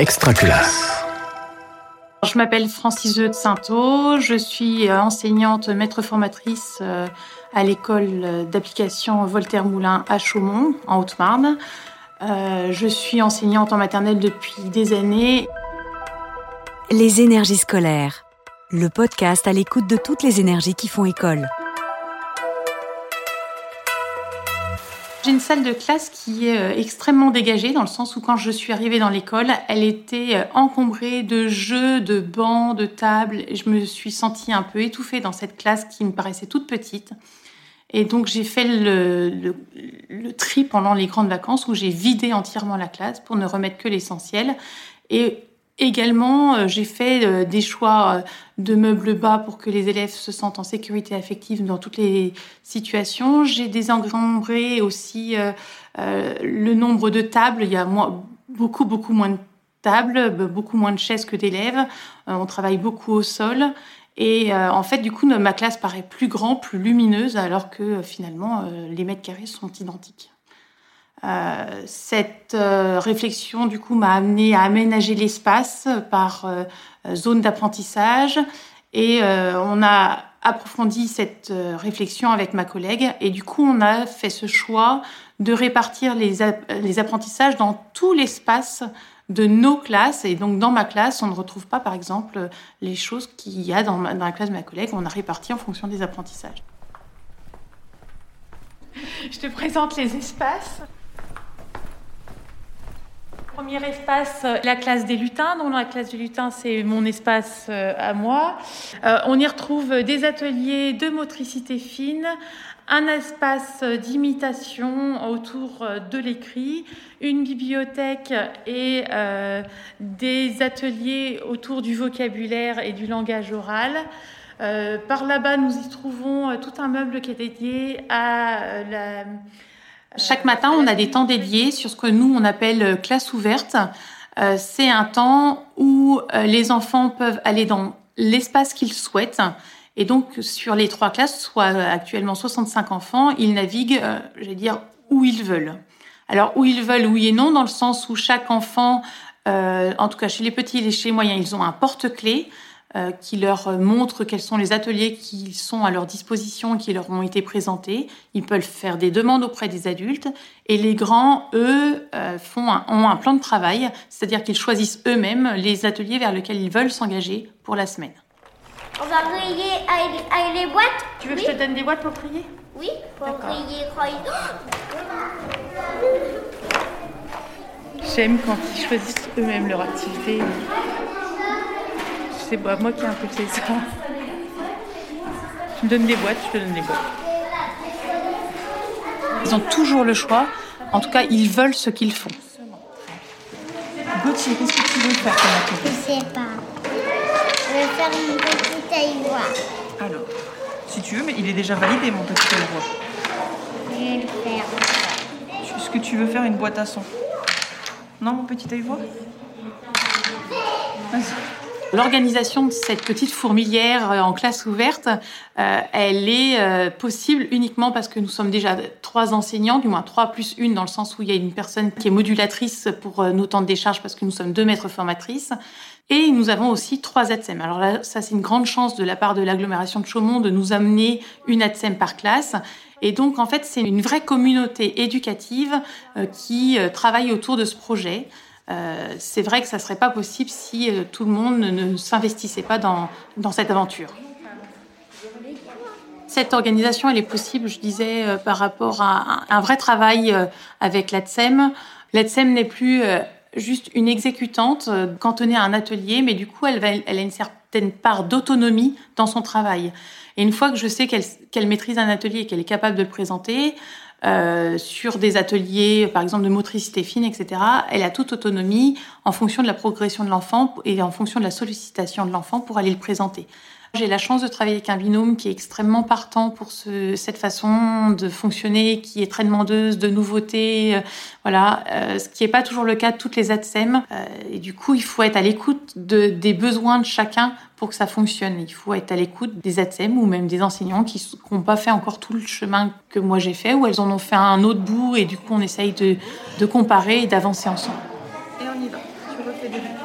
Extraculasse. Je m'appelle Francise de Sainteau, je suis enseignante, maître formatrice à l'école d'application Voltaire-Moulin à Chaumont, en Haute-Marne. Je suis enseignante en maternelle depuis des années. Les énergies scolaires, le podcast à l'écoute de toutes les énergies qui font école. J'ai une salle de classe qui est extrêmement dégagée, dans le sens où quand je suis arrivée dans l'école, elle était encombrée de jeux, de bancs, de tables. Et je me suis sentie un peu étouffée dans cette classe qui me paraissait toute petite. Et donc j'ai fait le tri pendant les grandes vacances où j'ai vidé entièrement la classe pour ne remettre que l'essentiel. Et également, j'ai fait des choix de meubles bas pour que les élèves se sentent en sécurité affective dans toutes les situations. J'ai désencombré aussi le nombre de tables. Il y a beaucoup moins de tables, beaucoup moins de chaises que d'élèves. On travaille beaucoup au sol. Et en fait, du coup, ma classe paraît plus grande, plus lumineuse, alors que finalement, les mètres carrés sont identiques. Cette réflexion, du coup, m'a amenée à aménager l'espace par zone d'apprentissage. Et on a approfondi cette réflexion avec ma collègue. Et du coup, on a fait ce choix de répartir les apprentissages dans tout l'espace de nos classes. Et donc, dans ma classe, on ne retrouve pas, par exemple, les choses qu'il y a dans la classe de ma collègue. On a réparti en fonction des apprentissages. Je te présente les espaces. Premier espace, la classe des lutins. Donc, la classe des lutins, c'est mon espace à moi. On y retrouve des ateliers de motricité fine, un espace d'imitation autour de l'écrit, une bibliothèque et des ateliers autour du vocabulaire et du langage oral. Par là-bas, nous y trouvons tout un meuble qui est dédié à la... Chaque matin, on a des temps dédiés sur ce que nous, on appelle classe ouverte. C'est un temps où les enfants peuvent aller dans l'espace qu'ils souhaitent. Et donc, sur les 3 classes, soit actuellement 65 enfants, ils naviguent, où ils veulent. Alors, où ils veulent, oui et non, dans le sens où chaque enfant, en tout cas chez les petits et les chez les moyens, ils ont un porte-clés qui leur montre quels sont les ateliers qui sont à leur disposition, qui leur ont été présentés. Ils peuvent faire des demandes auprès des adultes. Et les grands, eux, ont un plan de travail, c'est-à-dire qu'ils choisissent eux-mêmes les ateliers vers lesquels ils veulent s'engager pour la semaine. On va trier avec les boîtes. Tu veux que je te donne des boîtes pour trier ? Oui, pour trier. J'aime quand ils choisissent eux-mêmes leur activité. C'est moi qui ai impulsé ça. Tu me donnes des boîtes, je te donne des boîtes. Ils ont toujours le choix. En tout cas, ils veulent ce qu'ils font. Gauthier, qu'est-ce que tu veux faire comme atelier ? Je sais pas. Je vais faire une petite taille-voix. Alors, si tu veux, mais il est déjà validé, mon petit taille-voix. Je vais le faire. Est-ce que tu veux faire une boîte à son ? Non, mon petit taille-voix ? Vas-y. L'organisation de cette petite fourmilière en classe ouverte, elle est possible uniquement parce que nous sommes déjà 3 enseignants, du moins 3 plus 1, dans le sens où il y a une personne qui est modulatrice pour nos temps de décharge parce que nous sommes 2 maîtres formatrices. Et nous avons aussi 3 ATSEM. Alors là, ça, c'est une grande chance de la part de l'agglomération de Chaumont de nous amener une ATSEM par classe. Et donc, en fait, c'est une vraie communauté éducative qui travaille autour de ce projet. C'est vrai que ça ne serait pas possible si tout le monde ne s'investissait pas dans cette aventure. Cette organisation, elle est possible, je disais, par rapport à un vrai travail avec l'ATSEM. L'ATSEM n'est plus juste une exécutante cantonnée à un atelier, mais du coup, elle a une certaine part d'autonomie dans son travail. Et une fois que je sais qu'elle maîtrise un atelier et qu'elle est capable de le présenter, sur des ateliers, par exemple, de motricité fine, etc., elle a toute autonomie en fonction de la progression de l'enfant et en fonction de la sollicitation de l'enfant pour aller le présenter. J'ai la chance de travailler avec un binôme qui est extrêmement partant pour cette façon de fonctionner, qui est très demandeuse de nouveautés, ce qui n'est pas toujours le cas de toutes les ATSEM. Et du coup, il faut être à l'écoute des besoins de chacun pour que ça fonctionne. Il faut être à l'écoute des ATSEM ou même des enseignants qui n'ont pas fait encore tout le chemin que moi j'ai fait, ou elles en ont fait un autre bout et du coup, on essaye de comparer et d'avancer ensemble. Et on y va. Tu refais des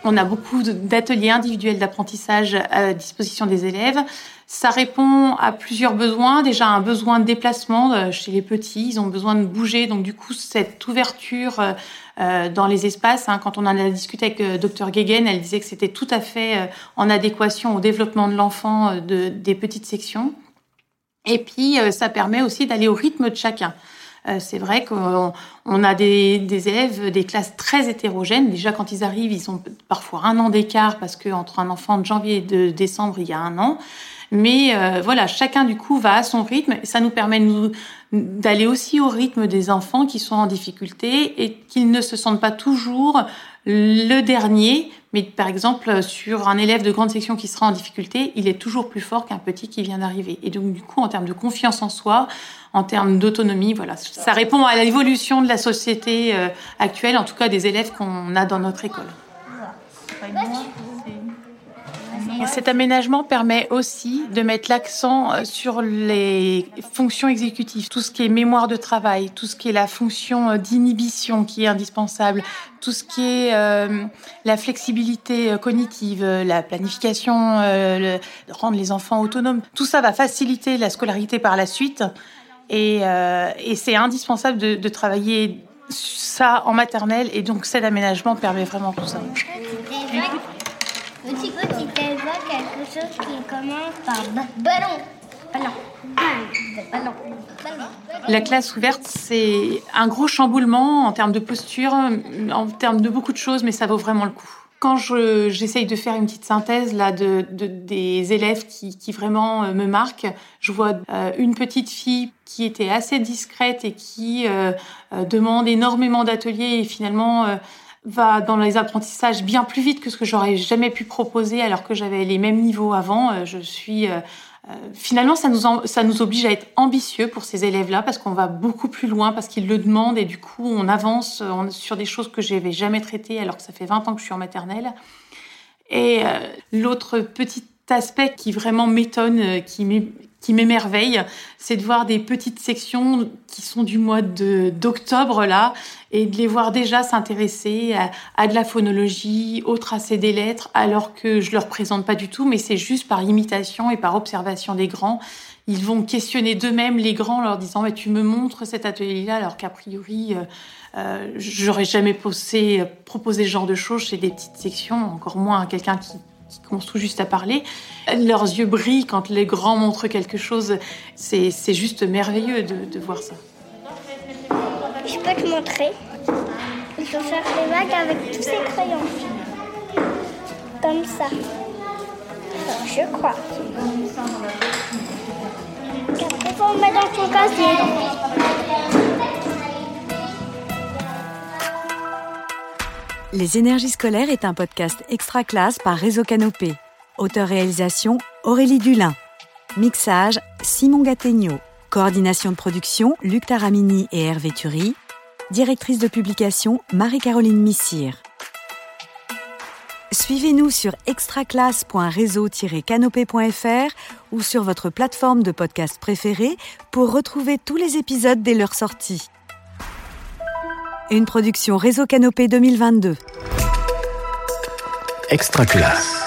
On a beaucoup d'ateliers individuels d'apprentissage à disposition des élèves. Ça répond à plusieurs besoins. Déjà, un besoin de déplacement chez les petits. Ils ont besoin de bouger. Donc, du coup, cette ouverture dans les espaces, quand on en a discuté avec Dr Guéguen, elle disait que c'était tout à fait en adéquation au développement de l'enfant des petites sections. Et puis, ça permet aussi d'aller au rythme de chacun. C'est vrai qu'on a des élèves, des classes très hétérogènes. Déjà, quand ils arrivent, ils ont parfois 1 an d'écart parce qu'entre un enfant de janvier et de décembre, il y a 1 an. Mais voilà, chacun du coup va à son rythme et ça nous permet d'aller aussi au rythme des enfants qui sont en difficulté et qu'ils ne se sentent pas toujours le dernier. Mais par exemple, sur un élève de grande section qui sera en difficulté, il est toujours plus fort qu'un petit qui vient d'arriver. Et donc du coup, en termes de confiance en soi, en termes d'autonomie, voilà, ça répond à l'évolution de la société actuelle, en tout cas des élèves qu'on a dans notre école. Et cet aménagement permet aussi de mettre l'accent sur les fonctions exécutives, tout ce qui est mémoire de travail, tout ce qui est la fonction d'inhibition qui est indispensable, tout ce qui est la flexibilité cognitive, la planification, rendre les enfants autonomes. Tout ça va faciliter la scolarité par la suite et c'est indispensable de travailler ça en maternelle et donc cet aménagement permet vraiment tout ça. Petit, elle voit quelque chose qui commence par ballon. La classe ouverte, c'est un gros chamboulement en termes de posture, en termes de beaucoup de choses, mais ça vaut vraiment le coup. Quand j'essaye de faire une petite synthèse là des élèves qui vraiment me marquent, je vois une petite fille qui était assez discrète et qui demande énormément d'ateliers et finalement va dans les apprentissages bien plus vite que ce que j'aurais jamais pu proposer alors que j'avais les mêmes niveaux avant. Finalement, ça nous oblige à être ambitieux pour ces élèves-là parce qu'on va beaucoup plus loin, parce qu'ils le demandent et du coup, on avance sur des choses que je n'avais jamais traitées alors que ça fait 20 ans que je suis en maternelle. Et l'autre petit aspect qui vraiment m'étonne, qui m'émerveille, c'est de voir des petites sections qui sont du mois d'octobre là et de les voir déjà s'intéresser à de la phonologie, au tracé des lettres, alors que je leur présente pas du tout, mais c'est juste par imitation et par observation des grands. Ils vont questionner d'eux-mêmes les grands en leur disant « tu me montres cet atelier-là » alors qu'a priori, j'aurais jamais proposé ce genre de choses chez des petites sections, encore moins à quelqu'un qui commence tout juste à parler. Leurs yeux brillent quand les grands montrent quelque chose. C'est juste merveilleux de voir ça. Je peux te montrer. Il faut faire des vagues avec tous ces crayons. Comme ça. Je crois. Il faut le mettre dans ton casier. Les énergies scolaires est un podcast extra classe par Réseau Canopé. Auteur-réalisation Aurélie Dulin. Mixage Simon Gattegno. Coordination de production Luc Taramini et Hervé Thury. Directrice de publication Marie-Caroline Missire. Suivez-nous sur extraclasse.réseau-canopé.fr ou sur votre plateforme de podcast préférée pour retrouver tous les épisodes dès leur sortie. Une production Réseau Canopé 2022. Extra Classe.